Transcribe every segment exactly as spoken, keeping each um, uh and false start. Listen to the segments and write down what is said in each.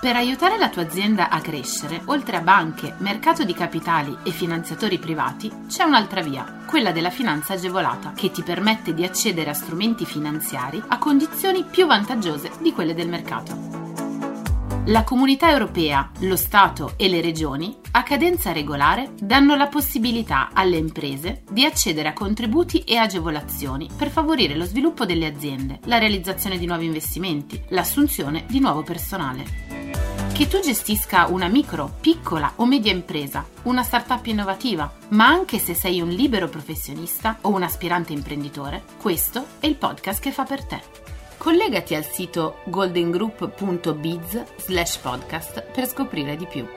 Per aiutare la tua azienda a crescere, oltre a banche, mercato di capitali e finanziatori privati, c'è un'altra via, quella della finanza agevolata, che ti permette di accedere a strumenti finanziari a condizioni più vantaggiose di quelle del mercato. La Comunità Europea, lo Stato e le Regioni, a cadenza regolare, danno la possibilità alle imprese di accedere a contributi e agevolazioni per favorire lo sviluppo delle aziende, la realizzazione di nuovi investimenti, l'assunzione di nuovo personale. Che tu gestisca una micro, piccola o media impresa, una startup innovativa, ma anche se sei un libero professionista o un aspirante imprenditore, questo è il podcast che fa per te. Collegati al sito goldengroup punto biz slash podcast per scoprire di più.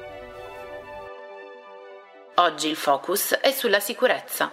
Oggi il focus è sulla sicurezza.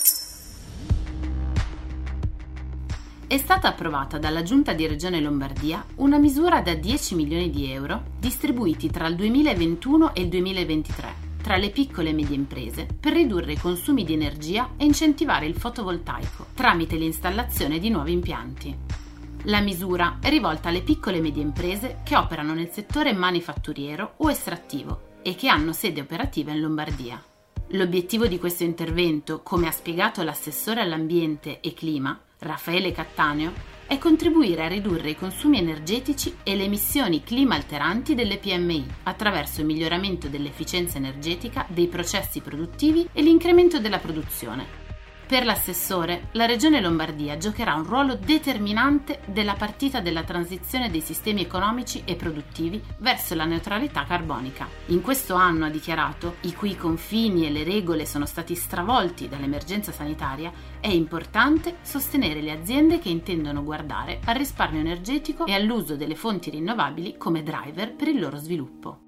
È stata approvata dalla Giunta di Regione Lombardia una misura da dieci milioni di euro distribuiti tra il duemilaventuno e il duemilaventitré tra le piccole e medie imprese per ridurre i consumi di energia e incentivare il fotovoltaico tramite l'installazione di nuovi impianti. La misura è rivolta alle piccole e medie imprese che operano nel settore manifatturiero o estrattivo e che hanno sede operativa in Lombardia. L'obiettivo di questo intervento, come ha spiegato l'assessore all'ambiente e clima, Raffaele Cattaneo, è contribuire a ridurre i consumi energetici e le emissioni clima alteranti delle P M I attraverso il miglioramento dell'efficienza energetica dei processi produttivi e l'incremento della produzione. Per l'assessore, la Regione Lombardia giocherà un ruolo determinante della partita della transizione dei sistemi economici e produttivi verso la neutralità carbonica. In questo anno, ha dichiarato, i cui confini e le regole sono stati stravolti dall'emergenza sanitaria, è importante sostenere le aziende che intendono guardare al risparmio energetico e all'uso delle fonti rinnovabili come driver per il loro sviluppo.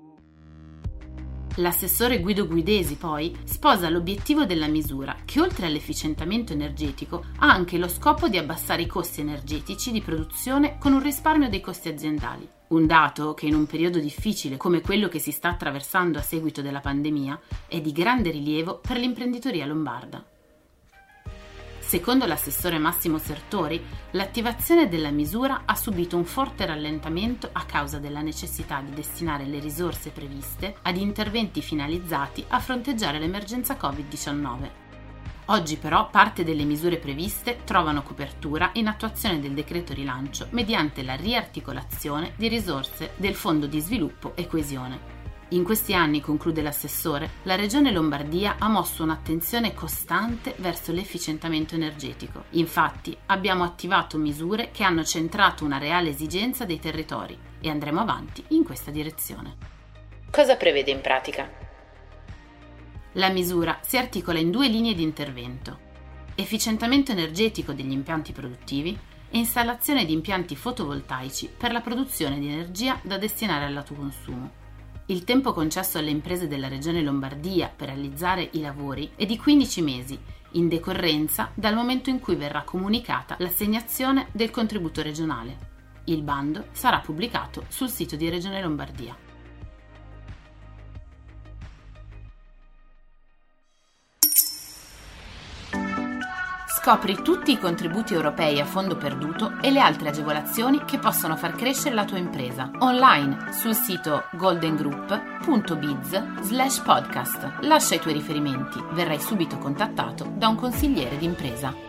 L'assessore Guido Guidesi, poi, sposa l'obiettivo della misura che, oltre all'efficientamento energetico, ha anche lo scopo di abbassare i costi energetici di produzione con un risparmio dei costi aziendali. Un dato che in un periodo difficile come quello che si sta attraversando a seguito della pandemia è di grande rilievo per l'imprenditoria lombarda. Secondo l'assessore Massimo Sertori, l'attivazione della misura ha subito un forte rallentamento a causa della necessità di destinare le risorse previste ad interventi finalizzati a fronteggiare l'emergenza covid diciannove. Oggi però parte delle misure previste trovano copertura in attuazione del decreto rilancio mediante la riarticolazione di risorse del Fondo di Sviluppo e Coesione. In questi anni, conclude l'assessore, la Regione Lombardia ha mosso un'attenzione costante verso l'efficientamento energetico. Infatti, abbiamo attivato misure che hanno centrato una reale esigenza dei territori e andremo avanti in questa direzione. Cosa prevede in pratica? La misura si articola in due linee di intervento: efficientamento energetico degli impianti produttivi e installazione di impianti fotovoltaici per la produzione di energia da destinare all'autoconsumo. Il tempo concesso alle imprese della Regione Lombardia per realizzare i lavori è di quindici mesi, in decorrenza dal momento in cui verrà comunicata l'assegnazione del contributo regionale. Il bando sarà pubblicato sul sito di Regione Lombardia. Scopri tutti i contributi europei a fondo perduto e le altre agevolazioni che possono far crescere la tua impresa online sul sito goldengroup punto biz slash podcast. Lascia i tuoi riferimenti, verrai subito contattato da un consigliere d'impresa.